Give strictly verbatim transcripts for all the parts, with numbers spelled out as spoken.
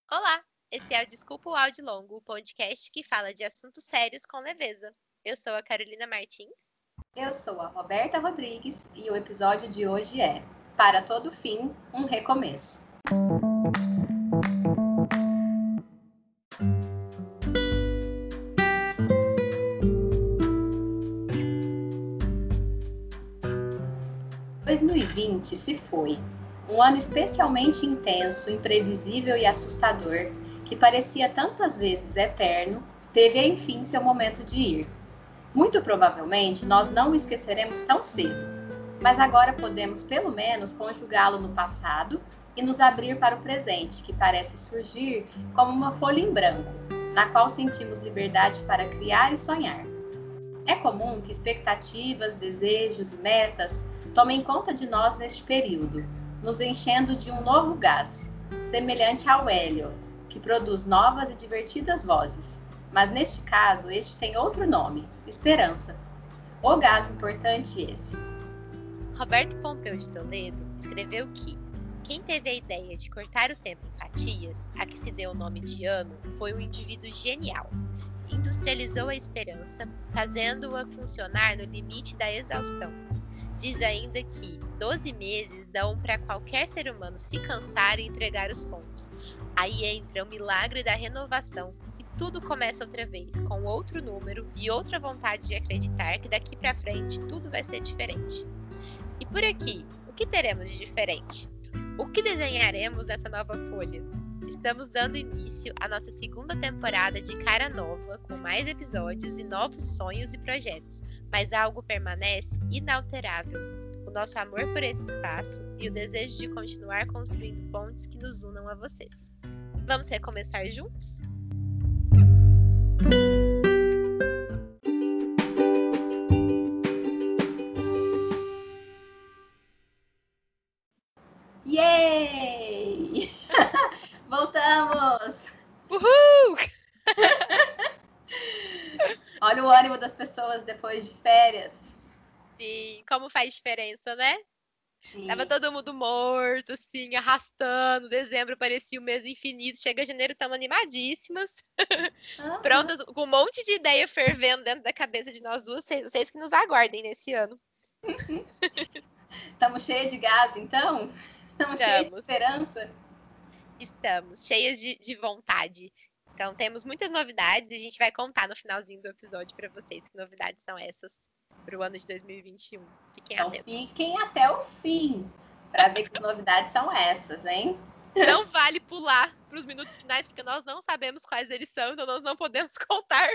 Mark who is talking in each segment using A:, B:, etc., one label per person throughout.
A: Olá, esse é o Desculpa o Áudio Longo, o podcast que fala de assuntos sérios com leveza. Eu sou a Carolina Martins.
B: Eu sou a Roberta Rodrigues e o episódio de hoje é Para Todo Fim, um Recomeço. dois mil e vinte se foi, um ano especialmente intenso, imprevisível e assustador, que parecia tantas vezes eterno, teve enfim seu momento de ir. Muito provavelmente nós não o esqueceremos tão cedo, mas agora podemos pelo menos conjugá-lo no passado e nos abrir para o presente, que parece surgir como uma folha em branco, na qual sentimos liberdade para criar e sonhar. É comum que expectativas, desejos e metas tomem conta de nós neste período, nos enchendo de um novo gás, semelhante ao hélio, que produz novas e divertidas vozes. Mas neste caso, este tem outro nome, esperança. O gás importante esse.
A: Roberto Pompeu de Toledo escreveu que quem teve a ideia de cortar o tempo em fatias, a que se deu o nome de ano, foi um indivíduo genial. Industrializou a esperança, fazendo-a funcionar no limite da exaustão. Diz ainda que doze meses dão para qualquer ser humano se cansar e entregar os pontos. Aí entra o milagre da renovação e tudo começa outra vez, com outro número e outra vontade de acreditar que daqui para frente tudo vai ser diferente. E por aqui, o que teremos de diferente? O que desenharemos nessa nova folha? Estamos dando início à nossa segunda temporada de cara nova, com mais episódios e novos sonhos e projetos, mas algo permanece inalterável: o nosso amor por esse espaço e o desejo de continuar construindo pontes que nos unam a vocês. Vamos recomeçar juntos?
B: Yay! Voltamos!
A: Uhul!
B: Olha o ânimo das pessoas depois de férias.
A: Sim, como faz diferença, né?
B: Sim.
A: Tava todo mundo morto, assim, arrastando. Dezembro parecia o mês infinito. Chega janeiro, estamos animadíssimas.
B: Uhum.
A: Prontas, com um monte de ideia fervendo dentro da cabeça de nós duas. Vocês, vocês que nos aguardem nesse ano.
B: Estamos cheios de gás, então? Estamos cheios de esperança?
A: Estamos, cheias de, de vontade. Então, temos muitas novidades e a gente vai contar no finalzinho do episódio para vocês que novidades são essas para o ano de dois mil e vinte e um. Fiquem
B: então,
A: atentos.
B: Fiquem até o fim para ver que as novidades são essas, hein?
A: Não vale pular para os minutos finais, porque nós não sabemos quais eles são, então nós não podemos contar.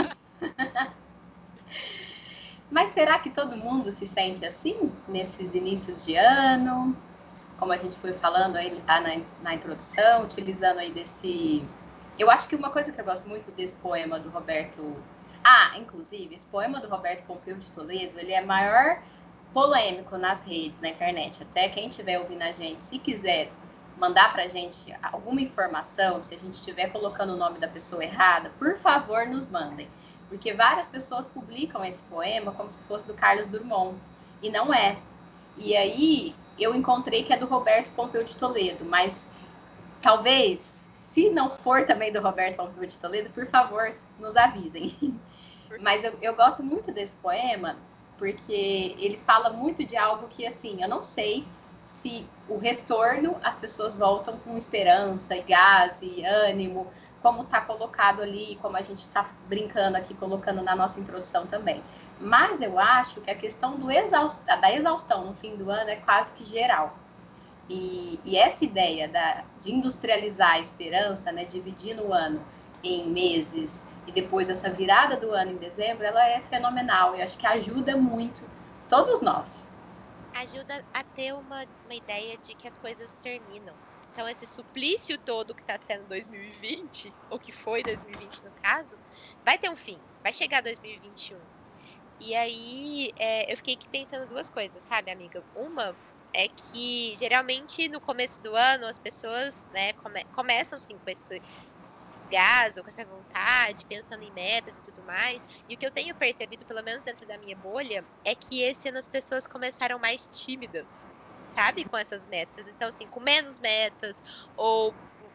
B: Mas será que todo mundo se sente assim nesses inícios de ano? Como a gente foi falando aí na, na introdução, utilizando aí desse... Eu acho que uma coisa que eu gosto muito desse poema do Roberto... Ah, inclusive, esse poema do Roberto Pompeu de Toledo, ele é maior polêmico nas redes, na internet. Até quem estiver ouvindo a gente, se quiser mandar pra gente alguma informação, se a gente estiver colocando o nome da pessoa errada, por favor, nos mandem. Porque várias pessoas publicam esse poema como se fosse do Carlos Drummond, e não é. E aí, eu encontrei que é do Roberto Pompeu de Toledo, mas talvez, se não for também do Roberto Pompeu de Toledo, por favor, nos avisem. Mas eu, eu gosto muito desse poema, porque ele fala muito de algo que, assim, eu não sei se o retorno, as pessoas voltam com esperança e gás e ânimo, como está colocado ali, como a gente está brincando aqui, colocando na nossa introdução também. Mas eu acho que a questão do exaust... da exaustão no fim do ano é quase que geral. E, e essa ideia da, de industrializar a esperança, né, dividindo o ano em meses e depois essa virada do ano em dezembro, ela é fenomenal. Eu acho que ajuda muito todos nós.
A: Ajuda a ter uma, uma ideia de que as coisas terminam. Então, esse suplício todo que está sendo dois mil e vinte, ou que foi dois mil e vinte no caso, vai ter um fim, vai chegar dois mil e vinte e um. E aí, é, eu fiquei aqui pensando duas coisas, sabe, amiga? Uma é que, geralmente, no começo do ano, as pessoas, né, come, começam, sim, com esse gás ou com essa vontade, pensando em metas e tudo mais. E o que eu tenho percebido, pelo menos dentro da minha bolha, é que esse ano as pessoas começaram mais tímidas, sabe? Com essas metas. Então, assim, com menos metas, ou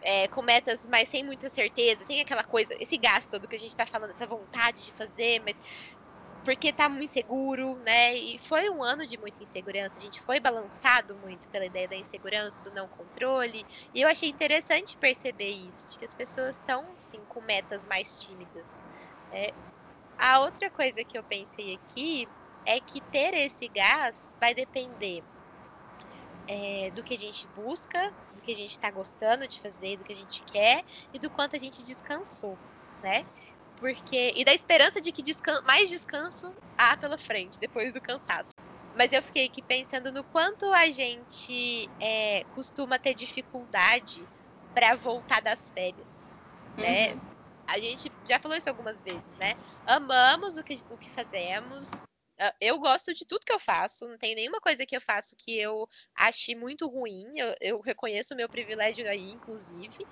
A: é, com metas, mas sem muita certeza, sem aquela coisa, esse gasto todo que a gente tá falando, essa vontade de fazer, mas porque tá muito inseguro, né? E foi um ano de muita insegurança. A gente foi balançado muito pela ideia da insegurança, do não controle. E eu achei interessante perceber isso, de que as pessoas estão, sim, com metas mais tímidas. É, a outra coisa que eu pensei aqui é que ter esse gás vai depender é, do que a gente busca, do que a gente está gostando de fazer, do que a gente quer e do quanto a gente descansou, né? Porque e da esperança de que descan mais descanso há pela frente depois do cansaço. Mas eu fiquei aqui pensando no quanto a gente é, costuma ter dificuldade para voltar das férias, né?
B: Uhum.
A: A gente já falou isso algumas vezes, né? Amamos o que, o que fazemos. Eu gosto de tudo que eu faço, não tem nenhuma coisa que eu faço que eu ache muito ruim. Eu, eu reconheço o meu privilégio aí, inclusive.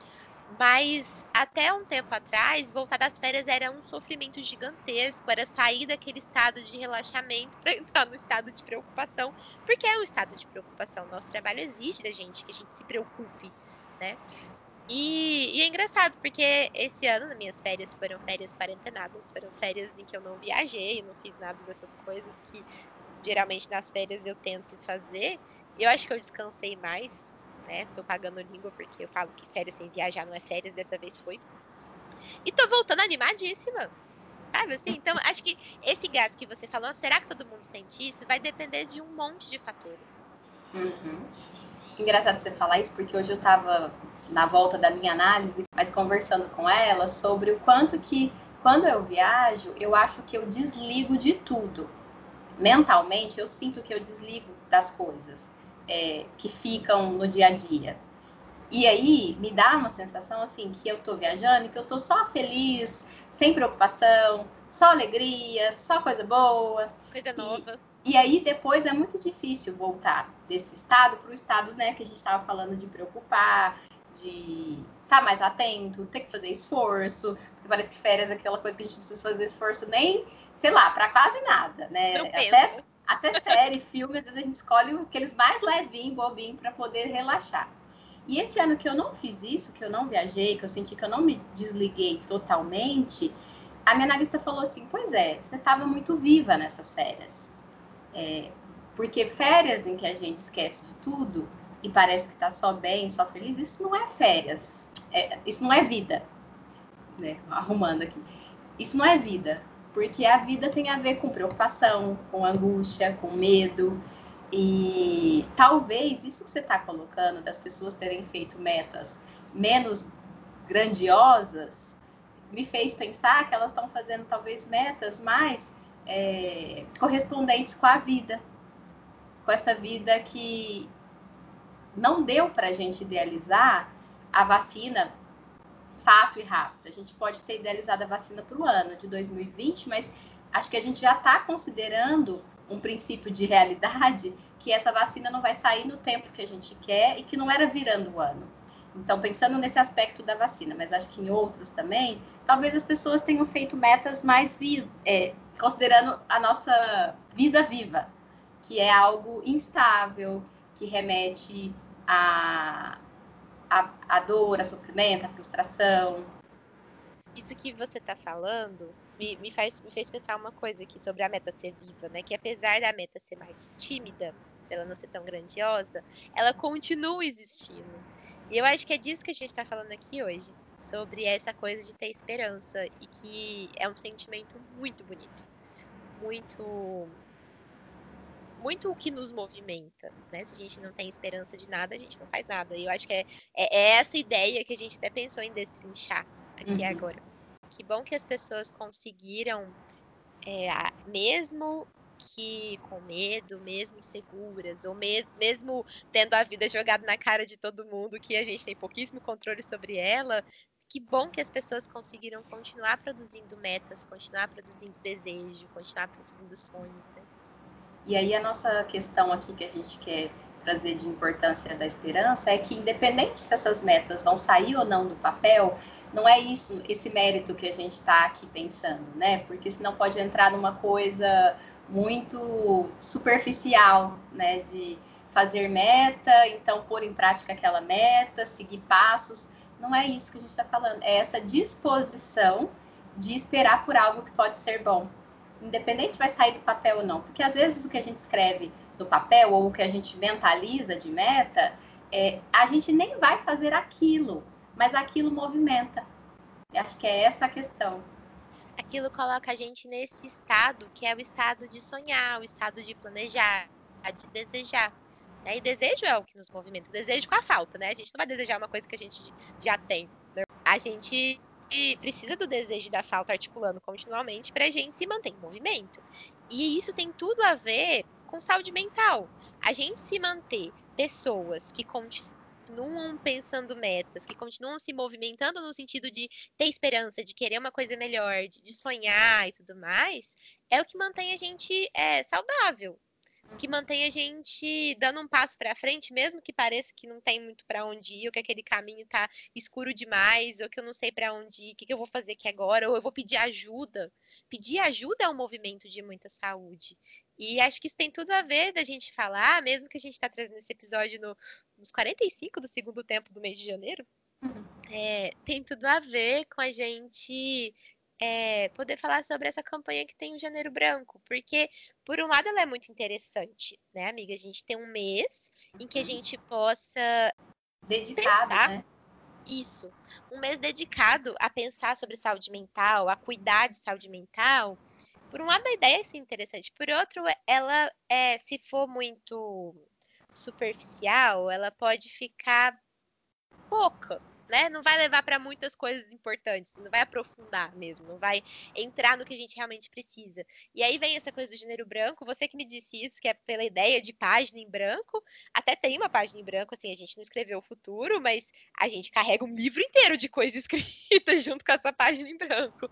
A: Mas até um tempo atrás, voltar das férias era um sofrimento gigantesco, era sair daquele estado de relaxamento para entrar no estado de preocupação, porque é um estado de preocupação. Nosso trabalho exige da gente que a gente se preocupe, né? E, e é engraçado, porque esse ano, nas minhas férias, foram férias quarentenadas, foram férias em que eu não viajei, não fiz nada dessas coisas que geralmente nas férias eu tento fazer. Eu acho que eu descansei mais, né? Tô pagando língua porque eu falo que férias sem viajar não é férias, dessa vez foi. E tô voltando animadíssima, sabe assim? Então, acho que esse gás que você falou, será que todo mundo sente isso? Vai depender de um monte de fatores.
B: Uhum. Engraçado você falar isso, porque hoje eu estava na volta da minha análise, mas conversando com ela sobre o quanto que, quando eu viajo, eu acho que eu desligo de tudo. Mentalmente, eu sinto que eu desligo das coisas é, que ficam no dia a dia. E aí, me dá uma sensação, assim, que eu tô viajando e que eu tô só feliz, sem preocupação, só alegria, só coisa boa.
A: Coisa
B: E,
A: nova.
B: e aí, depois, é muito difícil voltar desse estado para o estado, né, que a gente estava falando de preocupar, de estar tá mais atento, ter que fazer esforço, porque parece que férias é aquela coisa que a gente não precisa fazer esforço nem, sei lá, para quase nada, né?
A: Não
B: Até,
A: pensa.
B: até série, filme, às vezes a gente escolhe aqueles mais levinhos, bobinhos, para poder relaxar. E esse ano que eu não fiz isso, que eu não viajei, que eu senti que eu não me desliguei totalmente, a minha analista falou assim, pois é, você estava muito viva nessas férias. É, porque férias em que a gente esquece de tudo e parece que está só bem, só feliz, isso não é férias, é, isso não é vida, né? Arrumando aqui. Isso não é vida, porque a vida tem a ver com preocupação, com angústia, com medo. E talvez isso que você está colocando, das pessoas terem feito metas menos grandiosas, me fez pensar que elas estão fazendo talvez metas mais é, correspondentes com a vida, com essa vida que não deu para a gente idealizar a vacina fácil e rápido. A gente pode ter idealizado a vacina para o ano de dois mil e vinte, mas acho que a gente já está considerando um princípio de realidade que essa vacina não vai sair no tempo que a gente quer e que não era virando o ano. Então, pensando nesse aspecto da vacina, mas acho que em outros também, talvez as pessoas tenham feito metas mais vi- é, considerando a nossa vida viva, que é algo instável, que remete a, a, a dor, a sofrimento, a frustração.
A: Isso que você tá falando me, me faz, me fez pensar uma coisa aqui sobre a meta ser viva, né? Que apesar da meta ser mais tímida, ela não ser tão grandiosa, ela continua existindo. E eu acho que é disso que a gente tá falando aqui hoje, sobre essa coisa de ter esperança e que é um sentimento muito bonito, muito, muito o que nos movimenta, né? Se a gente não tem esperança de nada, a gente não faz nada. E eu acho que é, é, é essa ideia que a gente até pensou em destrinchar aqui
B: Uhum.
A: agora. Que bom que as pessoas conseguiram, é, a- mesmo que com medo, mesmo inseguras, ou me- mesmo tendo a vida jogada na cara de todo mundo, que a gente tem pouquíssimo controle sobre ela, que bom que as pessoas conseguiram continuar produzindo metas, continuar produzindo desejo, continuar produzindo sonhos, né?
B: E aí a nossa questão aqui que a gente quer trazer de importância da esperança é que independente se essas metas vão sair ou não do papel, não é isso, esse mérito que a gente está aqui pensando, né? Porque senão pode entrar numa coisa muito superficial, né? De fazer meta, então pôr em prática aquela meta, seguir passos, Não é isso que a gente está falando. É essa disposição de esperar por algo que pode ser bom. Independente se vai sair do papel ou não. Porque às vezes o que a gente escreve no papel ou o que a gente mentaliza de meta, é, a gente nem vai fazer aquilo, mas aquilo movimenta. Eu acho que é essa a questão.
A: Aquilo coloca a gente nesse estado, que é o estado de sonhar, o estado de planejar, de desejar. Né? E desejo é o que nos movimenta. O desejo com a falta, né? A gente não vai desejar uma coisa que a gente já tem. A gente precisa do desejo e da falta articulando continuamente para a gente se manter em movimento. E isso tem tudo a ver com saúde mental. A gente se manter pessoas que continuam pensando metas, que continuam se movimentando no sentido de ter esperança, de querer uma coisa melhor, de, de sonhar e tudo mais, é o que mantém a gente é, saudável. Que mantém a gente dando um passo para frente, mesmo que pareça que não tem muito para onde ir, ou que aquele caminho tá escuro demais, ou que eu não sei para onde ir, o que, que eu vou fazer aqui agora, ou eu vou pedir ajuda. Pedir ajuda é um movimento de muita saúde. E acho que isso tem tudo a ver da gente falar, mesmo que a gente está trazendo esse episódio no, nos quarenta e cinco do segundo tempo do mês de janeiro, é, tem tudo a ver com a gente é, poder falar sobre essa campanha que tem o Janeiro Branco, porque, por um lado, ela é muito interessante, né, amiga? A gente tem um mês em que a gente possa
B: Dedicado,
A: pensar
B: né?
A: isso, um mês dedicado a pensar sobre saúde mental, a cuidar de saúde mental. Por um lado, a ideia é ser interessante, por outro, ela, é, se for muito superficial, ela pode ficar pouca, né? Não vai levar para muitas coisas importantes, não vai aprofundar mesmo, não vai entrar no que a gente realmente precisa. E aí vem essa coisa do Janeiro Branco, você que me disse isso, que é pela ideia de página em branco, até tem uma página em branco, assim, a gente não escreveu o futuro, mas a gente carrega um livro inteiro de coisa escrita junto com essa página em branco.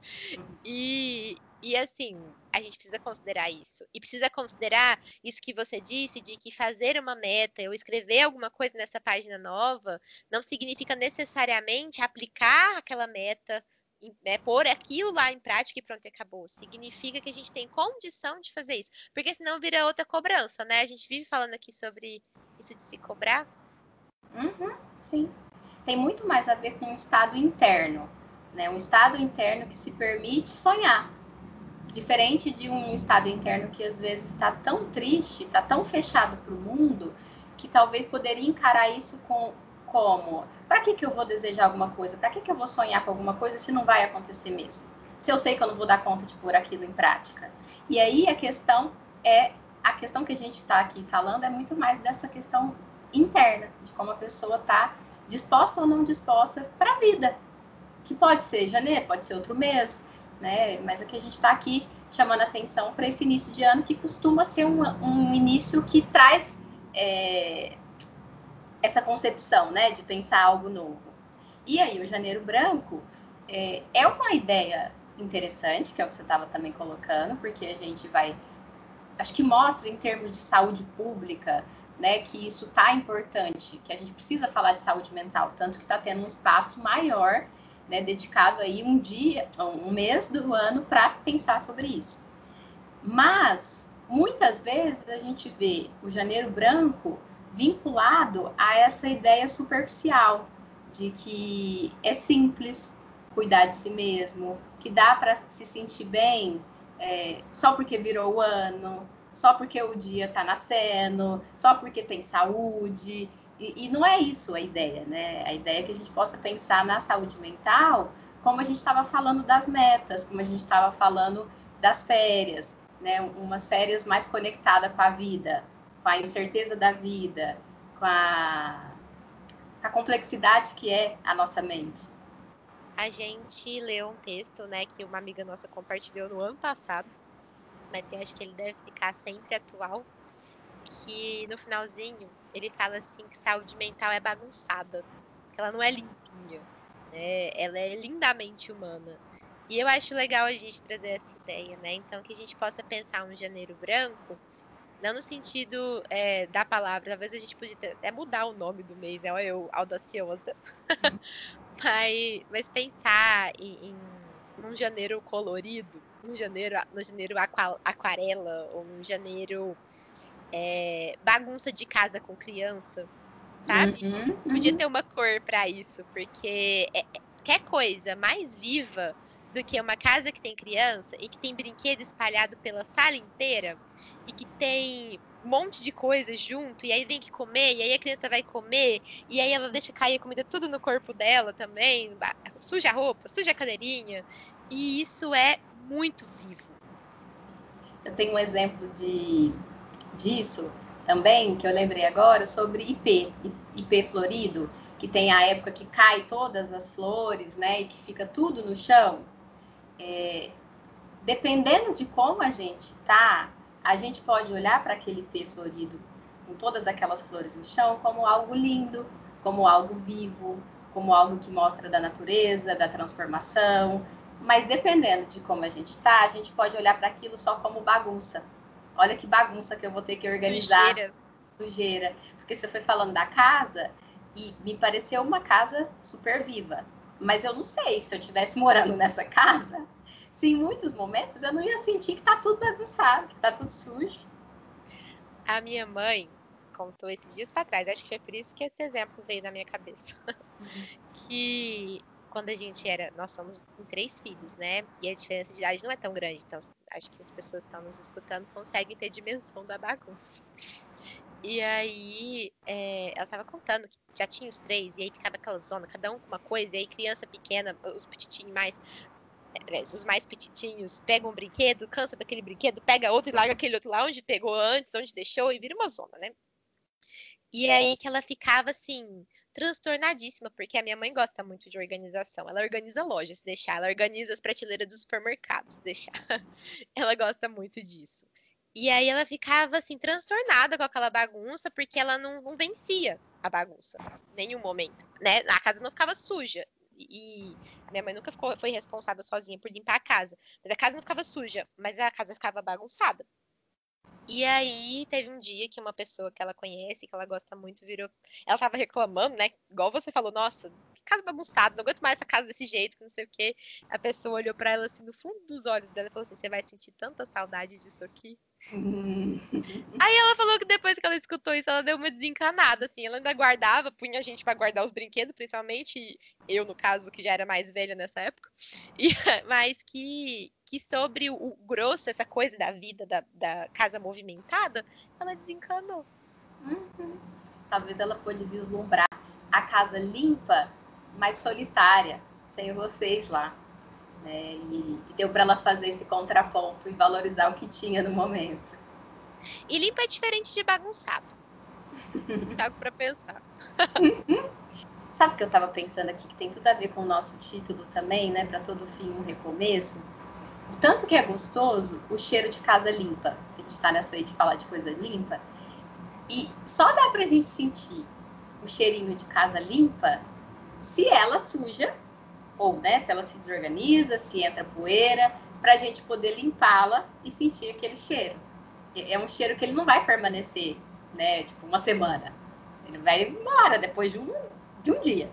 A: E, e assim, a gente precisa considerar isso. E precisa considerar isso que você disse, de que fazer uma meta, eu escrever alguma coisa nessa página nova, não significa necessariamente aplicar aquela meta, né, pôr aquilo lá em prática e pronto, acabou. Significa que a gente tem condição de fazer isso. Porque senão vira outra cobrança, né? A gente vive falando aqui sobre isso de se cobrar.
B: Uhum, sim. Tem muito mais a ver com o estado interno, né? Um estado interno que se permite sonhar. Diferente de um estado interno que às vezes está tão triste, está tão fechado para o mundo, que talvez poderia encarar isso com, como: para que, que eu vou desejar alguma coisa? Para que, que eu vou sonhar com alguma coisa se não vai acontecer mesmo? Se eu sei que eu não vou dar conta de pôr aquilo em prática. E aí a questão é, a questão que a gente está aqui falando é muito mais dessa questão interna, de como a pessoa está disposta ou não disposta para a vida. Que pode ser janeiro, pode ser outro mês, né? Mas aqui a gente está aqui chamando atenção para esse início de ano, que costuma ser um, um início que traz é, essa concepção, né, de pensar algo novo. E aí o Janeiro Branco é, é uma ideia interessante, que é o que você estava também colocando, porque a gente vai, acho que mostra em termos de saúde pública, né, que isso está importante, que a gente precisa falar de saúde mental, tanto que está tendo um espaço maior, né, dedicado aí um dia, um mês do ano para pensar sobre isso. Mas, muitas vezes, a gente vê o Janeiro Branco vinculado a essa ideia superficial de que é simples cuidar de si mesmo, que dá para se sentir bem é, só porque virou o ano, só porque o dia está nascendo, só porque tem saúde. E, e não é isso a ideia, né? A ideia é que a gente possa pensar na saúde mental como a gente estava falando das metas, como a gente estava falando das férias, né? Umas férias mais conectadas com a vida, com a incerteza da vida, com a, com a complexidade que é a nossa mente.
A: A gente leu um texto, né, que uma amiga nossa compartilhou no ano passado, mas que eu acho que ele deve ficar sempre atual, que no finalzinho ele fala assim que saúde mental é bagunçada, que ela não é limpinha, né? Ela é lindamente humana. E eu acho legal a gente trazer essa ideia, né? Então que a gente possa pensar um janeiro branco, não no sentido é, da palavra, talvez a gente podia ter, é mudar o nome do mês, é eu audaciosa, mas, mas pensar em, em num janeiro colorido, um janeiro, no janeiro aqua, aquarela, ou num janeiro é, bagunça de casa com criança, sabe?
B: Uhum,
A: Podia
B: uhum.
A: ter uma cor pra isso, porque é, é, quer coisa mais viva do que uma casa que tem criança e que tem brinquedo espalhado pela sala inteira e que tem um monte de coisa junto, e aí tem que comer, e aí a criança vai comer, e aí ela deixa cair a comida tudo no corpo dela também, ba- suja a roupa, suja a cadeirinha, e isso é muito vivo.
B: Eu tenho um exemplo de, disso também, que eu lembrei agora, sobre ipê, ipê florido, que tem a época que cai todas as flores, né, e que fica tudo no chão. É, dependendo de como a gente tá, a gente pode olhar para aquele ipê florido com todas aquelas flores no chão como algo lindo, como algo vivo, como algo que mostra da natureza, da transformação. Mas dependendo de como a gente tá, a gente pode olhar para aquilo só como bagunça. Olha que bagunça que eu vou ter que organizar.
A: Sujeira.
B: Sujeira. Porque você foi falando da casa e me pareceu uma casa super viva. Mas eu não sei, se eu estivesse morando nessa casa, se em muitos momentos eu não ia sentir que tá tudo bagunçado, que tá tudo sujo.
A: A minha mãe contou esses dias pra trás, acho que foi por isso que esse exemplo veio na minha cabeça. Que quando a gente era, nós somos em três filhos, né? E a diferença de idade não é tão grande, então acho que as pessoas que estão nos escutando conseguem ter dimensão da bagunça. E aí, é, ela tava contando que já tinha os três, e aí ficava aquela zona, cada um com uma coisa, e aí criança pequena, os petitinhos mais, é, os mais petitinhos, pegam um brinquedo, cansa daquele brinquedo, pega outro e larga aquele outro lá onde pegou antes, onde deixou, e vira uma zona, né? E aí que ela ficava assim, transtornadíssima, porque a minha mãe gosta muito de organização. Ela organiza lojas, se deixar, ela organiza as prateleiras dos supermercados, se deixar. Ela gosta muito disso. E aí ela ficava assim, transtornada com aquela bagunça, porque ela não, não vencia a bagunça em nenhum momento, né? A casa não ficava suja. E a minha mãe nunca ficou, foi responsável sozinha por limpar a casa. Mas a casa não ficava suja, mas a casa ficava bagunçada. E aí teve um dia que uma pessoa que ela conhece, que ela gosta muito, virou. Ela tava reclamando, né? Igual você falou, nossa, que casa bagunçada, não aguento mais essa casa desse jeito, que não sei o quê. A pessoa olhou pra ela assim, no fundo dos olhos dela e falou assim: você vai sentir tanta saudade disso aqui.
B: Hum.
A: Aí ela falou que depois que ela escutou isso, ela deu uma desencanada, assim. Ela ainda guardava, punha a gente pra guardar os brinquedos, principalmente eu, no caso, que já era mais velha nessa época. E, mas que, que sobre o, o grosso, essa coisa da vida, da, da casa movimentada, ela desencanou.
B: Uhum. Talvez ela pôde vislumbrar a casa limpa, mas solitária, sem vocês lá. Né? E, e deu para ela fazer esse contraponto e valorizar o que tinha no momento.
A: E limpo é diferente de bagunçado. Algo pra pensar.
B: Sabe o que eu estava pensando aqui, que tem tudo a ver com o nosso título também, né? Para todo fim um recomeço. Tanto que é gostoso o cheiro de casa limpa. A gente está nessa aí de falar de coisa limpa. E só dá pra gente sentir o cheirinho de casa limpa se ela suja, ou né, se ela se desorganiza, se entra poeira, pra gente poder limpá-la e sentir aquele cheiro. É um cheiro que ele não vai permanecer, né, tipo, uma semana. Ele vai embora depois de um, de um dia.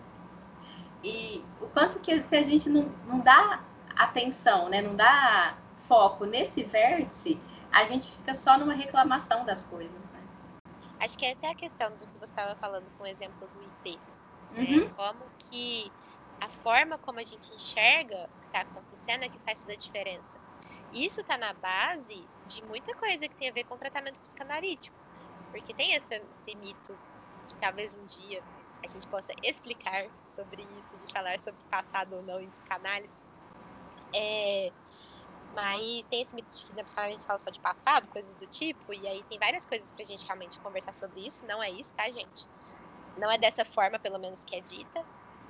B: E o quanto que se a gente não, não dá atenção, né, não dá foco nesse vértice, a gente fica só numa reclamação das coisas, né?
A: Acho que essa é a questão do que você estava falando com o exemplo do I P. Né?
B: Uhum.
A: Como que a forma como a gente enxerga o que está acontecendo é que faz toda a diferença. E isso está na base de muita coisa que tem a ver com tratamento psicanalítico. Porque tem esse, esse mito que talvez um dia a gente possa explicar sobre isso, de falar sobre passado ou não em psicanálise. É, mas tem esse mito de que na psicanálise a gente fala só de passado, coisas do tipo, e aí tem várias coisas pra gente realmente conversar sobre isso. Não é isso, tá, gente? Não é dessa forma, pelo menos, que é dita.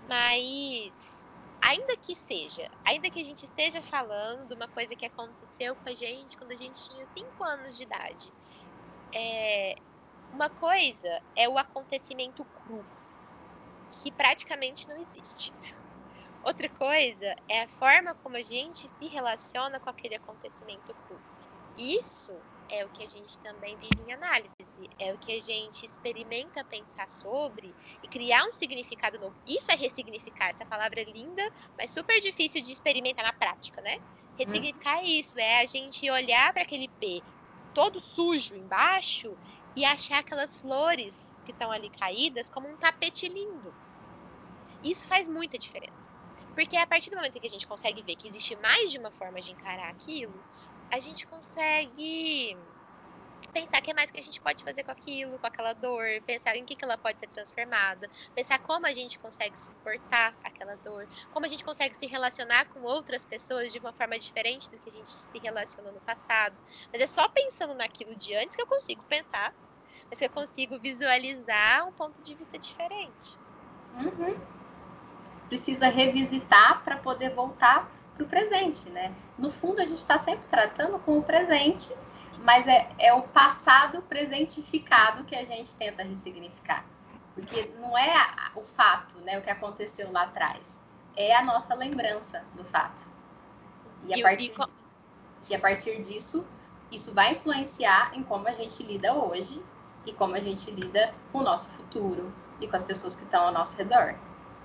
A: Mas, ainda que seja, ainda que a gente esteja falando de uma coisa que aconteceu com a gente quando a gente tinha cinco anos de idade, é, uma coisa é o acontecimento cru, que praticamente não existe. Outra coisa é a forma como a gente se relaciona com aquele acontecimento cru. Isso é o que a gente também vive em análise, é o que a gente experimenta pensar sobre e criar um significado novo. Isso é ressignificar, essa palavra é linda, mas super difícil de experimentar na prática, né? Ressignificar é isso, é a gente olhar para aquele P todo sujo embaixo e achar aquelas flores que estão ali caídas como um tapete lindo. Isso faz muita diferença. Porque a partir do momento em que a gente consegue ver que existe mais de uma forma de encarar aquilo, a gente consegue pensar o que mais que a gente pode fazer com aquilo, com aquela dor, pensar em que, que ela pode ser transformada, pensar como a gente consegue suportar aquela dor, como a gente consegue se relacionar com outras pessoas de uma forma diferente do que a gente se relacionou no passado. Mas é só pensando naquilo de antes que eu consigo pensar, mas que eu consigo visualizar um ponto de vista diferente.
B: Uhum. Precisa revisitar para poder voltar para o presente, né? No fundo, a gente está sempre tratando com o presente, mas é, é o passado presentificado que a gente tenta ressignificar. Porque não é a, o fato, né, o que aconteceu lá atrás. É a nossa lembrança do fato. E a,
A: E,
B: partir,
A: e,
B: de, e a partir disso, isso vai influenciar em como a gente lida hoje e como a gente lida com o nosso futuro e com as pessoas que estão ao nosso redor.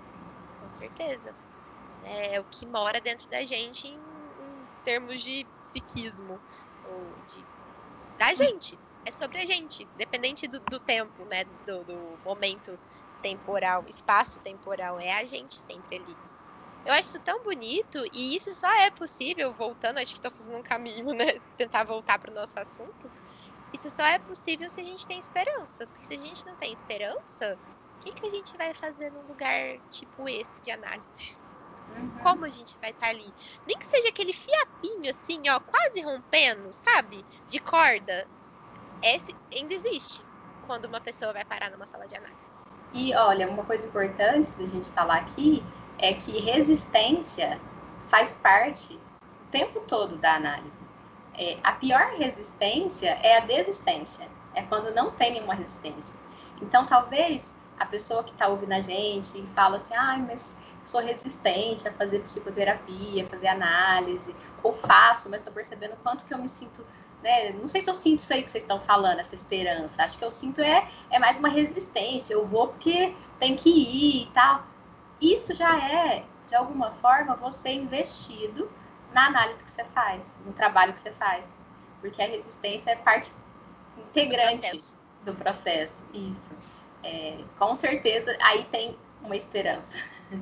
A: Com certeza. É o que mora dentro da gente em, em termos de psiquismo, ou de da gente. É sobre a gente, dependente do, do tempo, né? Do, do momento temporal, espaço temporal, é a gente sempre ali. Eu acho isso tão bonito, e isso só é possível, voltando, acho que estou fazendo um caminho, né? Tentar voltar para o nosso assunto. Isso só é possível se a gente tem esperança. Porque se a gente não tem esperança, o que, que a gente vai fazer num lugar tipo esse de análise?
B: Uhum.
A: Como a gente vai estar ali? Nem que seja aquele fiapinho assim, ó, quase rompendo, sabe? De corda. Esse ainda existe quando uma pessoa vai parar numa sala de análise.
B: E olha, uma coisa importante da gente falar aqui é que resistência faz parte o tempo todo da análise. É, a pior resistência é a desistência, é quando não tem nenhuma resistência. Então, talvez a pessoa que está ouvindo a gente e fala assim, ai, mas sou resistente a fazer psicoterapia, fazer análise, ou faço, mas estou percebendo o quanto que eu me sinto, né? Não sei se eu sinto isso aí que vocês estão falando, essa esperança. Acho que eu sinto é, é mais uma resistência. Eu vou porque tem que ir e tal. Isso já é, de alguma forma, você investido na análise que você faz, no trabalho que você faz. Porque a resistência é parte integrante do processo. Do processo. Isso. É, com certeza, aí tem uma esperança.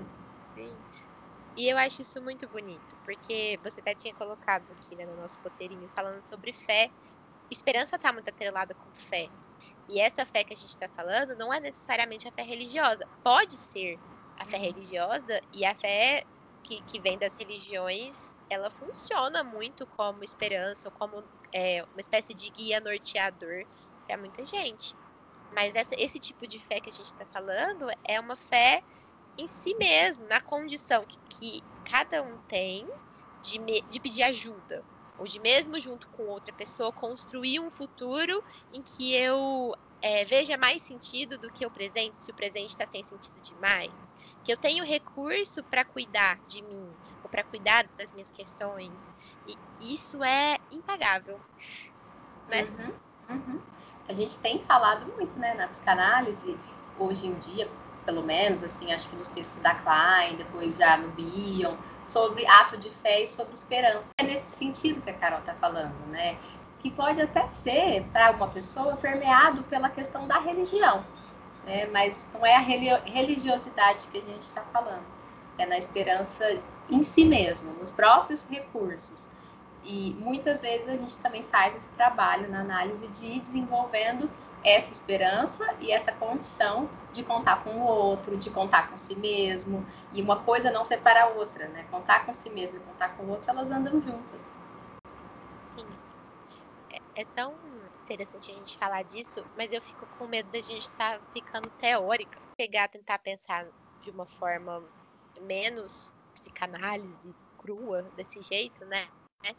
A: Sim. E eu acho isso muito bonito, porque você até tinha colocado aqui, né, no nosso roteirinho, falando sobre fé. Esperança está muito atrelada com fé. E essa fé que a gente está falando não é necessariamente a fé religiosa. Pode ser a fé religiosa, e a fé que, que vem das religiões, ela funciona muito como esperança, ou como é, uma espécie de guia norteador para muita gente. Mas essa, esse tipo de fé que a gente está falando é uma fé em si mesmo, na condição que, que cada um tem de, me, de pedir ajuda. Ou de mesmo junto com outra pessoa construir um futuro em que eu é, veja mais sentido do que o presente, se o presente está sem sentido demais. Que eu tenho recurso para cuidar de mim, ou para cuidar das minhas questões. E isso é impagável, né?
B: Uhum, uhum. A gente tem falado muito, né, na psicanálise, hoje em dia, pelo menos, assim, acho que nos textos da Klein, depois já no Bion, sobre ato de fé e sobre esperança. É nesse sentido que a Carol está falando, né? Que pode até ser, para uma pessoa, permeado pela questão da religião, né? Mas não é a religiosidade que a gente está falando. É na esperança em si mesmo, nos próprios recursos. E muitas vezes a gente também faz esse trabalho na análise de ir desenvolvendo essa esperança e essa condição de contar com o outro, de contar com si mesmo. E uma coisa não separa a outra, né? Contar com si mesmo e contar com o outro, elas andam juntas.
A: Sim. É, é tão interessante a gente falar disso, mas eu fico com medo da gente estar tá ficando teórica. Pegar, tentar pensar de uma forma menos psicanálise, crua, desse jeito, né?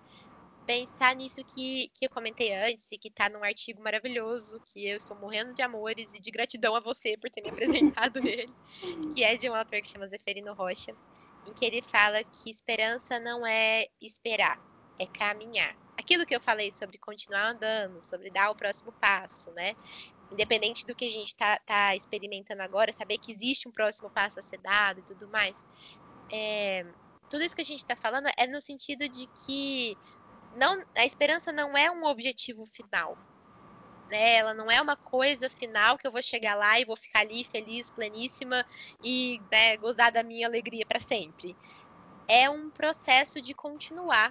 A: Pensar nisso que, que eu comentei antes e que tá num artigo maravilhoso, que eu estou morrendo de amores e de gratidão a você por ter me apresentado ele, que é de um autor que chama Zeferino Rocha, em que ele fala que esperança não é esperar, é caminhar. Aquilo que eu falei sobre continuar andando, sobre dar o próximo passo, né? Independente do que a gente tá, tá experimentando agora, saber que existe um próximo passo a ser dado e tudo mais. É, tudo isso que a gente está falando é no sentido de que não, a esperança não é um objetivo final. né? Ela não é uma coisa final que eu vou chegar lá e vou ficar ali feliz, pleníssima e, né, gozar da minha alegria para sempre. É um processo de continuar,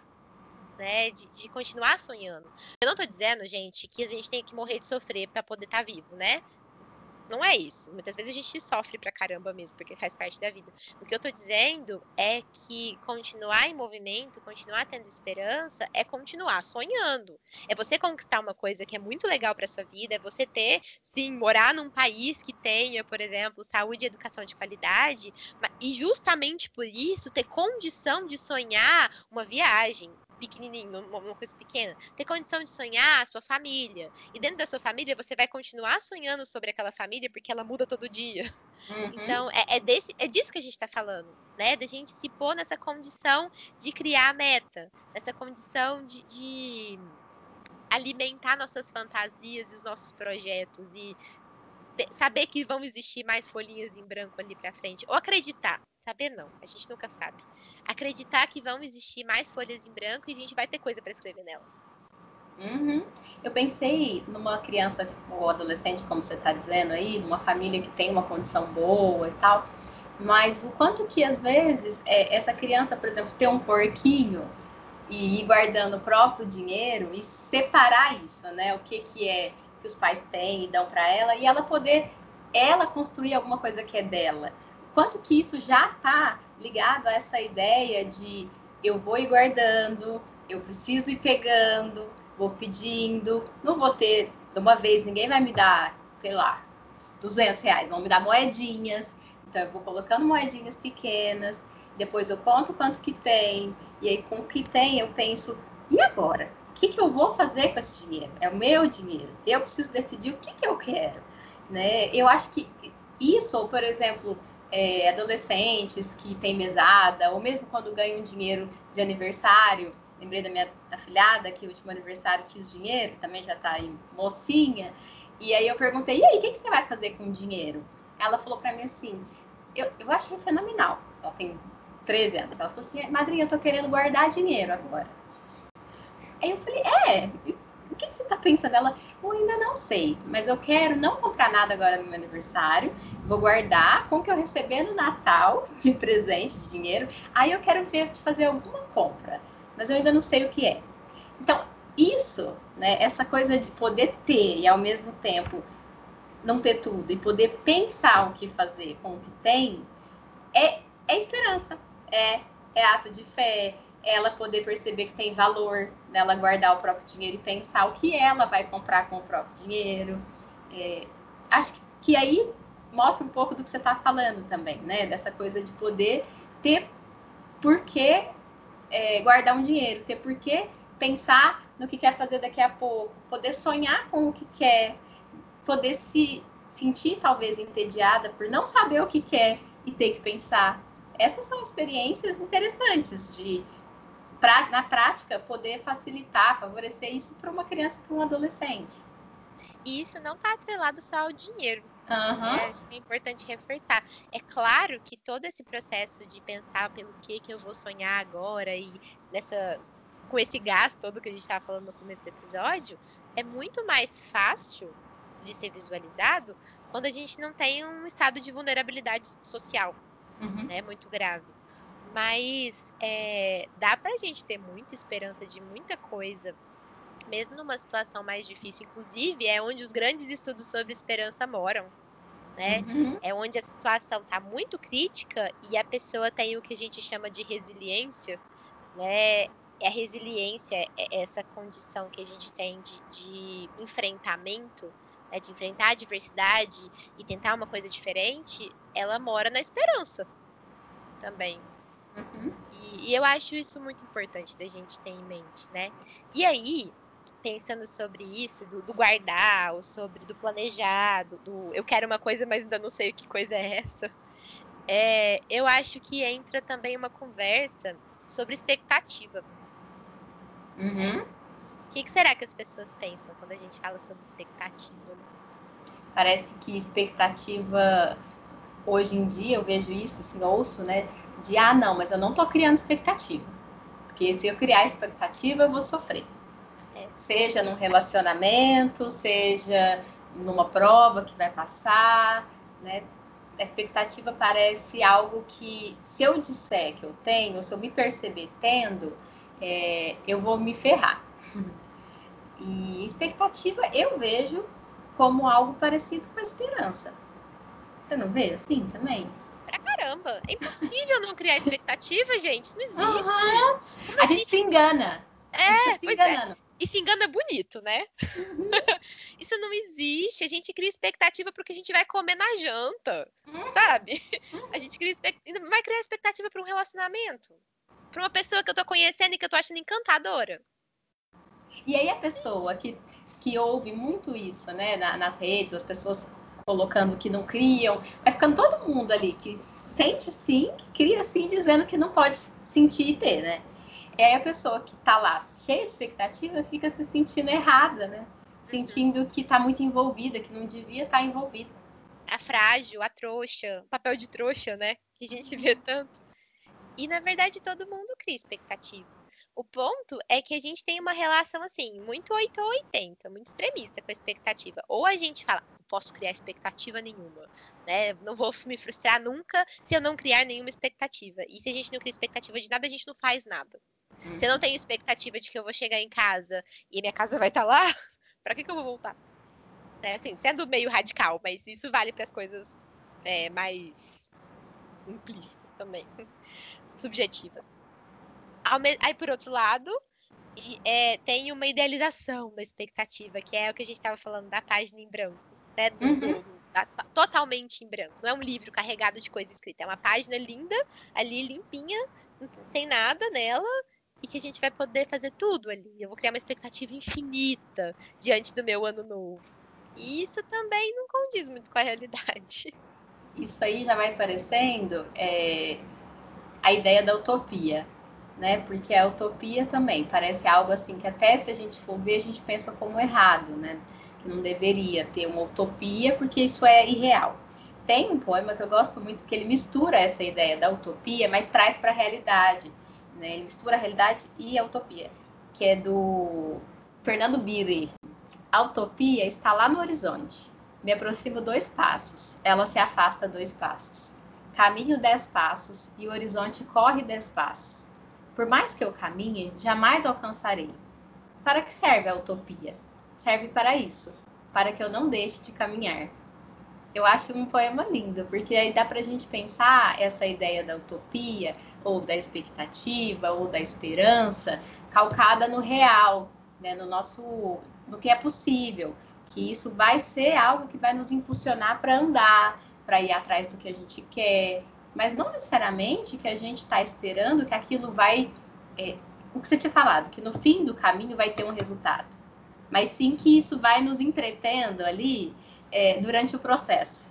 A: né? De, de continuar sonhando. Eu não tô dizendo, gente, que a gente tem que morrer de sofrer para poder estar vivo, né? Não é isso. Muitas vezes a gente sofre pra caramba mesmo, porque faz parte da vida. O que eu tô dizendo é que continuar em movimento, continuar tendo esperança, é continuar sonhando. É você conquistar uma coisa que é muito legal pra sua vida, é você ter, sim, morar num país que tenha, por exemplo, saúde e educação de qualidade, e justamente por isso ter condição de sonhar uma viagem pequenininho, uma coisa pequena, ter condição de sonhar a sua família. E dentro da sua família, você vai continuar sonhando sobre aquela família, porque ela muda todo dia. Uhum. Então, é, é, desse, é disso que a gente está falando, né? Da gente se pôr nessa condição de criar a meta, nessa condição de, de alimentar nossas fantasias e os nossos projetos e te, saber que vão existir mais folhinhas em branco ali para frente. Ou acreditar. Saber não, a gente nunca sabe. Acreditar que vão existir mais folhas em branco e a gente vai ter coisa para escrever nelas.
B: Uhum. Eu pensei numa criança ou adolescente, como você está dizendo aí, de uma família que tem uma condição boa e tal, mas o quanto que às vezes é, essa criança, por exemplo, ter um porquinho e ir guardando o próprio dinheiro e separar isso, né? O que que é que os pais têm e dão para ela e ela poder ela construir alguma coisa que é dela. Quanto que isso já está ligado a essa ideia de eu vou ir guardando, eu preciso ir pegando, vou pedindo, não vou ter de uma vez, ninguém vai me dar, sei lá, duzentos reais, vão me dar moedinhas, então eu vou colocando moedinhas pequenas, depois eu conto quanto que tem, e aí com o que tem eu penso, e agora? O que que eu vou fazer com esse dinheiro? É o meu dinheiro, eu preciso decidir o que que eu quero, né? Eu acho que isso, ou por exemplo, é, adolescentes que têm mesada, ou mesmo quando ganham dinheiro de aniversário, lembrei da minha afilhada, que o último aniversário quis dinheiro, também já tá aí mocinha, e aí eu perguntei, e aí, o que, que você vai fazer com o dinheiro? Ela falou pra mim assim, eu, eu achei fenomenal, ela tem treze anos, ela falou assim, madrinha, eu tô querendo guardar dinheiro agora. Aí eu falei, é, o que, que você tá pensando? Ela, eu ainda não sei, mas eu quero não comprar nada agora no meu aniversário, vou guardar com o que eu receber no Natal de presente, de dinheiro, aí eu quero ver de fazer alguma compra, mas eu ainda não sei o que é. Então, isso, né, essa coisa de poder ter e ao mesmo tempo não ter tudo e poder pensar o que fazer com o que tem, é, é esperança, é, é ato de fé, é ela poder perceber que tem valor, né, ela guardar o próprio dinheiro e pensar o que ela vai comprar com o próprio dinheiro. É, acho que, que aí mostra um pouco do que você está falando também, né, dessa coisa de poder ter por que é, guardar um dinheiro, ter por que pensar no que quer fazer daqui a pouco, poder sonhar com o que quer, poder se sentir talvez entediada por não saber o que quer e ter que pensar. Essas são experiências interessantes de, pra, na prática, poder facilitar, favorecer isso para uma criança e para um adolescente.
A: E isso não está atrelado só ao dinheiro.
B: Uhum.
A: É, acho que é importante reforçar. É claro que todo esse processo de pensar pelo que, que eu vou sonhar agora e nessa, com esse gasto todo que a gente estava falando no começo do episódio, é muito mais fácil de ser visualizado quando a gente não tem um estado de vulnerabilidade social, uhum. né, muito grave. Mas é, dá pra gente ter muita esperança de muita coisa, mesmo numa situação mais difícil. Inclusive, é onde os grandes estudos sobre esperança moram, né? Uhum. É onde a situação tá muito crítica e a pessoa tem o que a gente chama de resiliência, né? A resiliência é essa condição que a gente tem de, de enfrentamento, né? De enfrentar a adversidade e tentar uma coisa diferente, ela mora na esperança também. Uhum. E, e eu acho isso muito importante da gente ter em mente, né? E aí, pensando sobre isso, do, do guardar, ou sobre do planejado, do eu quero uma coisa, mas ainda não sei o que coisa é essa, é, eu acho que entra também uma conversa sobre expectativa. Uhum. O que, que será que as pessoas pensam quando a gente fala sobre expectativa?
B: Parece que expectativa, hoje em dia, eu vejo isso, assim, ouço, né? De, ah, não, mas eu não tô criando expectativa. Porque se eu criar expectativa, eu vou sofrer.
A: É.
B: Seja num relacionamento, seja numa prova que vai passar, né? A expectativa parece algo que, se eu disser que eu tenho, ou se eu me perceber tendo, é, eu vou me ferrar. E expectativa eu vejo como algo parecido com a esperança. Você não vê assim também?
A: Pra caramba! É impossível não criar expectativa, gente. Isso não existe.
B: Uhum.
A: Como
B: A
A: assim?
B: gente se engana.
A: É,
B: a gente tá se
A: pois
B: enganando.
A: é. E se engana bonito, né?
B: Uhum.
A: Isso não existe. A gente cria expectativa porque a gente vai comer na janta,
B: Uhum.
A: sabe? A gente cria expectativa, vai criar expectativa para um relacionamento. Para uma pessoa que eu tô conhecendo e que eu tô achando encantadora.
B: E aí a pessoa que, que ouve muito isso, né, na, nas redes, as pessoas colocando que não criam, vai ficando todo mundo ali que sente sim, que cria sim, dizendo que não pode sentir e ter, né? E aí a pessoa que tá lá cheia de expectativa fica se sentindo errada, né? Sentindo que tá muito envolvida, que não devia estar envolvida.
A: A frágil, a trouxa, o papel de trouxa, né? Que a gente vê tanto. E na verdade todo mundo cria expectativa. O ponto é que a gente tem uma relação assim, muito oito ou oitenta, muito extremista com a expectativa. Ou a gente fala, não posso criar expectativa nenhuma, né? Não vou me frustrar nunca se eu não criar nenhuma expectativa. E se a gente não cria expectativa de nada, a gente não faz nada. Se eu não tenho expectativa de que eu vou chegar em casa e minha casa vai estar lá, pra que, que eu vou voltar? Né? Assim, sendo meio radical, mas isso vale para as coisas é, mais implícitas também, subjetivas. Aí, por outro lado, é, tem uma idealização da expectativa, que é o que a gente estava falando da página em branco, né? Do,
B: Uhum.
A: do, da, totalmente em branco. Não é um livro carregado de coisa escrita, é uma página linda, ali limpinha, não tem nada nela, e que a gente vai poder fazer tudo ali. Eu vou criar uma expectativa infinita diante do meu ano novo. E isso também não condiz muito com a realidade.
B: Isso aí já vai parecendo é, a ideia da utopia, né? Porque a utopia também parece algo assim que até se a gente for ver, a gente pensa como errado, né? Que não deveria ter uma utopia porque isso é irreal. Tem um poema que eu gosto muito que ele mistura essa ideia da utopia, mas traz para a realidade, né? Ele mistura a realidade e a utopia, que é do Fernando Birri. A utopia está lá no horizonte. Me aproximo dois passos, ela se afasta dois passos. Caminho dez passos e o horizonte corre dez passos. Por mais que eu caminhe, jamais alcançarei. Para que serve a utopia? Serve para isso, para que eu não deixe de caminhar. Eu acho um poema lindo, porque aí dá para a gente pensar essa ideia da utopia, ou da expectativa, ou da esperança, calcada no real, né? no nosso, no que é possível, que isso vai ser algo que vai nos impulsionar para andar, para ir atrás do que a gente quer, mas não necessariamente que a gente está esperando que aquilo vai, é, o que você tinha falado, que no fim do caminho vai ter um resultado, mas sim que isso vai nos entretendo ali é, durante o processo.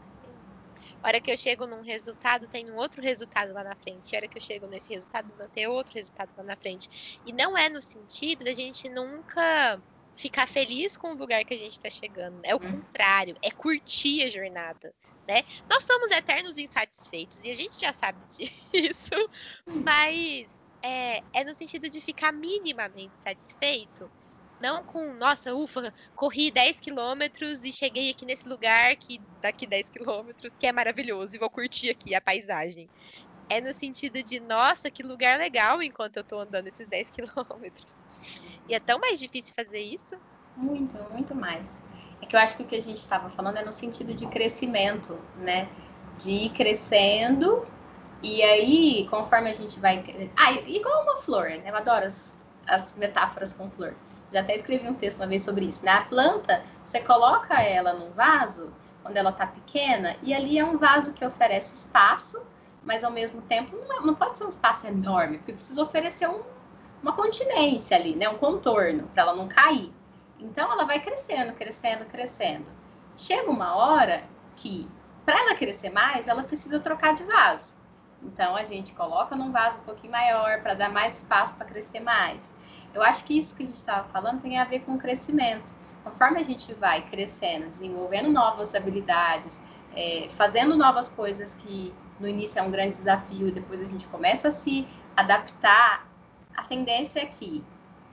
A: A hora que eu chego num resultado, tem um outro resultado lá na frente. A hora que eu chego nesse resultado, vai ter outro resultado lá na frente. E não é no sentido da gente nunca ficar feliz com o lugar que a gente está chegando. É o contrário, é curtir a jornada, né? Nós somos eternos insatisfeitos e a gente já sabe disso, mas é, é no sentido de ficar minimamente satisfeito. Não com, nossa, ufa, corri dez quilômetros e cheguei aqui nesse lugar que daqui dez quilômetros, que é maravilhoso, e vou curtir aqui a paisagem. É no sentido de, nossa, que lugar legal enquanto eu tô andando esses dez quilômetros. E é tão mais difícil fazer isso.
B: Muito, muito mais. É que eu acho que o que a gente estava falando é no sentido de crescimento, né? De ir crescendo e aí, conforme a gente vai... Ah, igual uma flor, né? Eu adoro as, as metáforas com flor. Já até escrevi um texto uma vez sobre isso, né? A planta, você coloca ela num vaso, quando ela tá pequena, e ali é um vaso que oferece espaço, mas ao mesmo tempo não, é, não pode ser um espaço enorme, porque precisa oferecer um, uma continência ali, né? Um contorno, para ela não cair. Então, ela vai crescendo, crescendo, crescendo. Chega uma hora que, para ela crescer mais, ela precisa trocar de vaso. Então, a gente coloca num vaso um pouquinho maior para dar mais espaço para crescer mais. Eu acho que isso que a gente estava falando tem a ver com o crescimento. Conforme a gente vai crescendo, desenvolvendo novas habilidades, é, fazendo novas coisas que no início é um grande desafio e depois a gente começa a se adaptar, a tendência é que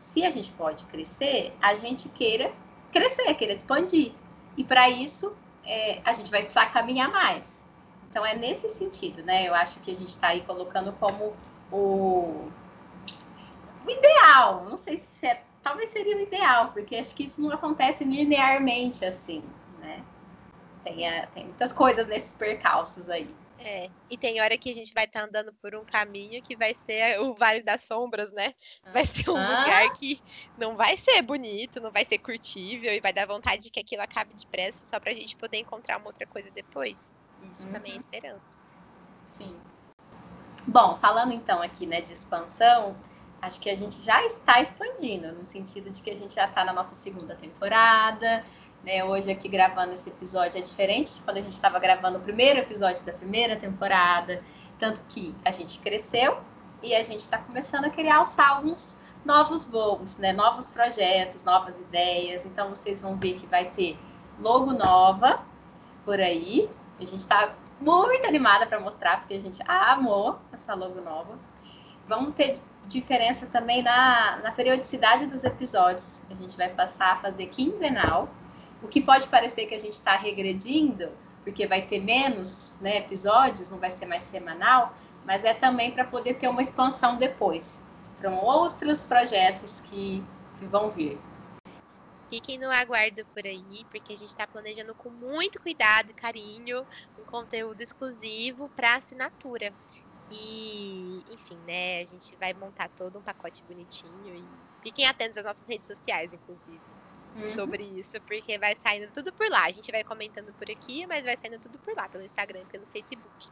B: se a gente pode crescer, a gente queira crescer, queira expandir. E para isso, é, a gente vai precisar caminhar mais. Então, é nesse sentido, né? Eu acho que a gente está aí colocando como o, o ideal. Não sei se é, talvez seria o ideal, porque acho que isso não acontece linearmente assim, né? Tem, a, tem muitas coisas nesses percalços aí.
A: É, e tem hora que a gente vai estar tá andando por um caminho que vai ser o Vale das Sombras, né? Vai ser um ah. lugar que não vai ser bonito, não vai ser curtível e vai dar vontade de que aquilo acabe depressa só pra gente poder encontrar uma outra coisa depois. Isso uhum. também é esperança.
B: Sim. Bom, falando então aqui, né, de expansão, acho que a gente já está expandindo, no sentido de que a gente já está na nossa segunda temporada. Né, hoje aqui gravando esse episódio é diferente de quando a gente estava gravando o primeiro episódio da primeira temporada, tanto que a gente cresceu e a gente está começando a querer alçar alguns novos voos, né, novos projetos, novas ideias. Então vocês vão ver que vai ter logo nova por aí. A gente está muito animada para mostrar, porque a gente amou essa logo nova. Vamos ter diferença também na, na periodicidade dos episódios. A gente vai passar a fazer quinzenal. O que pode parecer que a gente está regredindo, porque vai ter menos, né, episódios, não vai ser mais semanal, mas é também para poder ter uma expansão depois, para outros projetos que, que vão vir.
A: Fiquem no aguardo por aí, porque a gente está planejando com muito cuidado e carinho um conteúdo exclusivo para assinatura. E, enfim, né, a gente vai montar todo um pacote bonitinho e fiquem atentos às nossas redes sociais, inclusive. Uhum. Sobre isso, porque vai saindo tudo por lá. A gente vai comentando por aqui, mas vai saindo tudo por lá, pelo Instagram e pelo Facebook.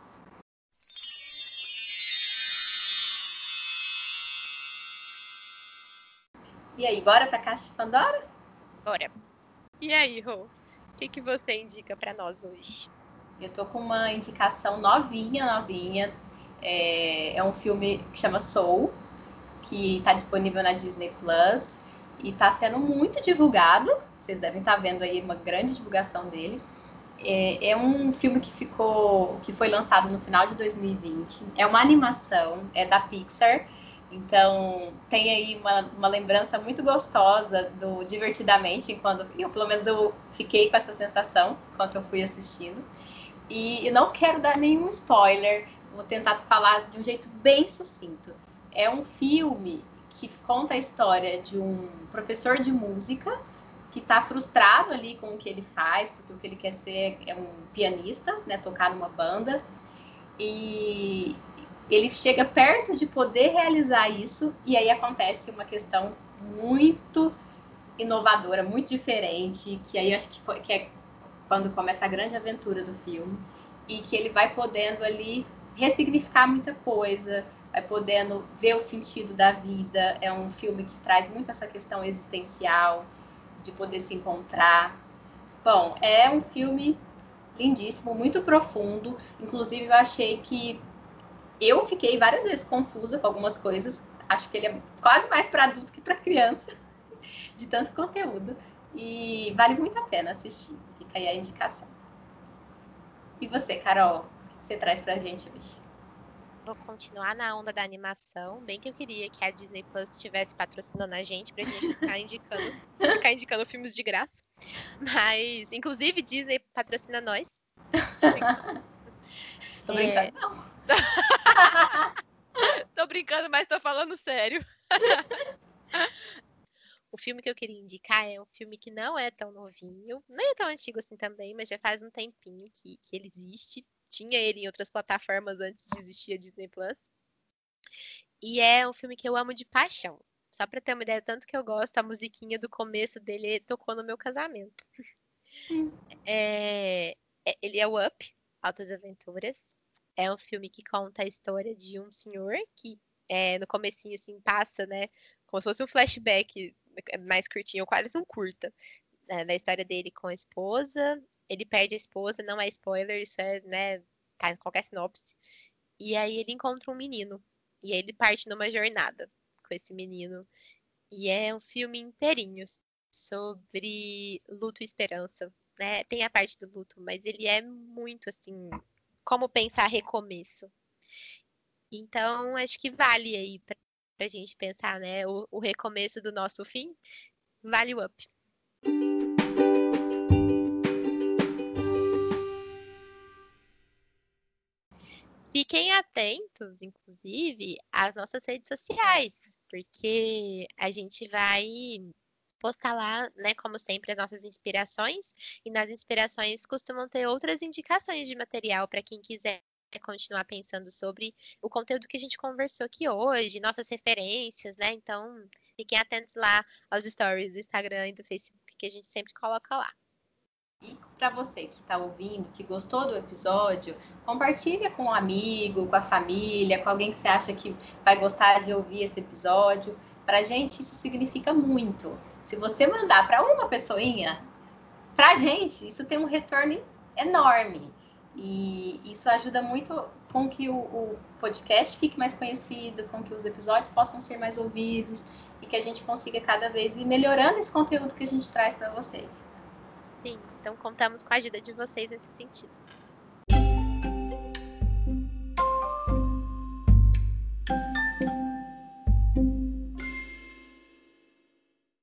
B: E aí, bora pra Caixa de Pandora?
A: Bora. E aí, Rô? O que, que você indica pra nós hoje?
B: Eu tô com uma indicação novinha, novinha. É, é um filme que chama Soul, que tá disponível na Disney Plus. E tá sendo muito divulgado. Vocês devem estar vendo aí uma grande divulgação dele. É, é um filme que ficou, que foi lançado no final de dois mil e vinte. É uma animação, é da Pixar. Então tem aí uma, uma lembrança muito gostosa do Divertidamente, enquanto eu, pelo menos eu fiquei com essa sensação enquanto eu fui assistindo. E, e não quero dar nenhum spoiler. Vou tentar falar de um jeito bem sucinto. É um filme que conta a história de um professor de música que está frustrado ali com o que ele faz, porque o que ele quer ser é um pianista, né, tocar numa banda, e ele chega perto de poder realizar isso, e aí acontece uma questão muito inovadora, muito diferente, que aí acho que, que é quando começa a grande aventura do filme, e que ele vai podendo ali ressignificar muita coisa, vai podendo ver o sentido da vida. É um filme que traz muito essa questão existencial, de poder se encontrar. Bom, é um filme lindíssimo, muito profundo. Inclusive, eu achei que eu fiquei várias vezes confusa com algumas coisas. Acho que ele é quase mais para adulto que para criança, de tanto conteúdo. E vale muito a pena assistir. Fica aí a indicação. E você, Carol, o que você traz pra gente hoje?
A: Vou continuar na onda da animação, bem que eu queria que a Disney Plus estivesse patrocinando a gente pra gente ficar indicando, ficar indicando filmes de graça. Mas, inclusive, Disney patrocina nós.
B: Tô brincando, é... não.
A: Tô brincando, mas tô falando sério. O filme que eu queria indicar é um filme que não é tão novinho, nem é tão antigo assim também, mas já faz um tempinho que, que ele existe. Tinha ele em outras plataformas antes de existir a Disney Plus. E é um filme que eu amo de paixão. Só pra ter uma ideia, tanto que eu gosto, a musiquinha do começo dele tocou no meu casamento. Hum. É, ele é o Up, Altas Aventuras. É um filme que conta a história de um senhor que é, no comecinho assim passa, né, como se fosse um flashback mais curtinho, quase um curta, né, da história dele com a esposa. Ele perde a esposa, não é spoiler, isso é, né, tá em qualquer sinopse. E aí ele encontra um menino. E aí ele parte numa jornada com esse menino. E é um filme inteirinho sobre luto e esperança, né? Tem a parte do luto, mas ele é muito assim, como pensar recomeço. Então, acho que vale aí pra gente pensar, né, o, o recomeço do nosso fim, vale o up. Fiquem atentos, inclusive, às nossas redes sociais, porque a gente vai postar lá, né, como sempre, as nossas inspirações, e nas inspirações costumam ter outras indicações de material para quem quiser continuar pensando sobre o conteúdo que a gente conversou aqui hoje, nossas referências, né? Então, fiquem atentos lá aos stories do Instagram e do Facebook que a gente sempre coloca lá.
B: E para você que está ouvindo, que gostou do episódio, compartilha com um amigo, com a família, com alguém que você acha que vai gostar de ouvir esse episódio. Para a gente isso significa muito. Se você mandar para uma pessoinha, para a gente isso tem um retorno enorme. E isso ajuda muito com que o, o podcast fique mais conhecido, com que os episódios possam ser mais ouvidos e que a gente consiga cada vez ir melhorando esse conteúdo que a gente traz para vocês.
A: Sim, então contamos com a ajuda de vocês nesse sentido.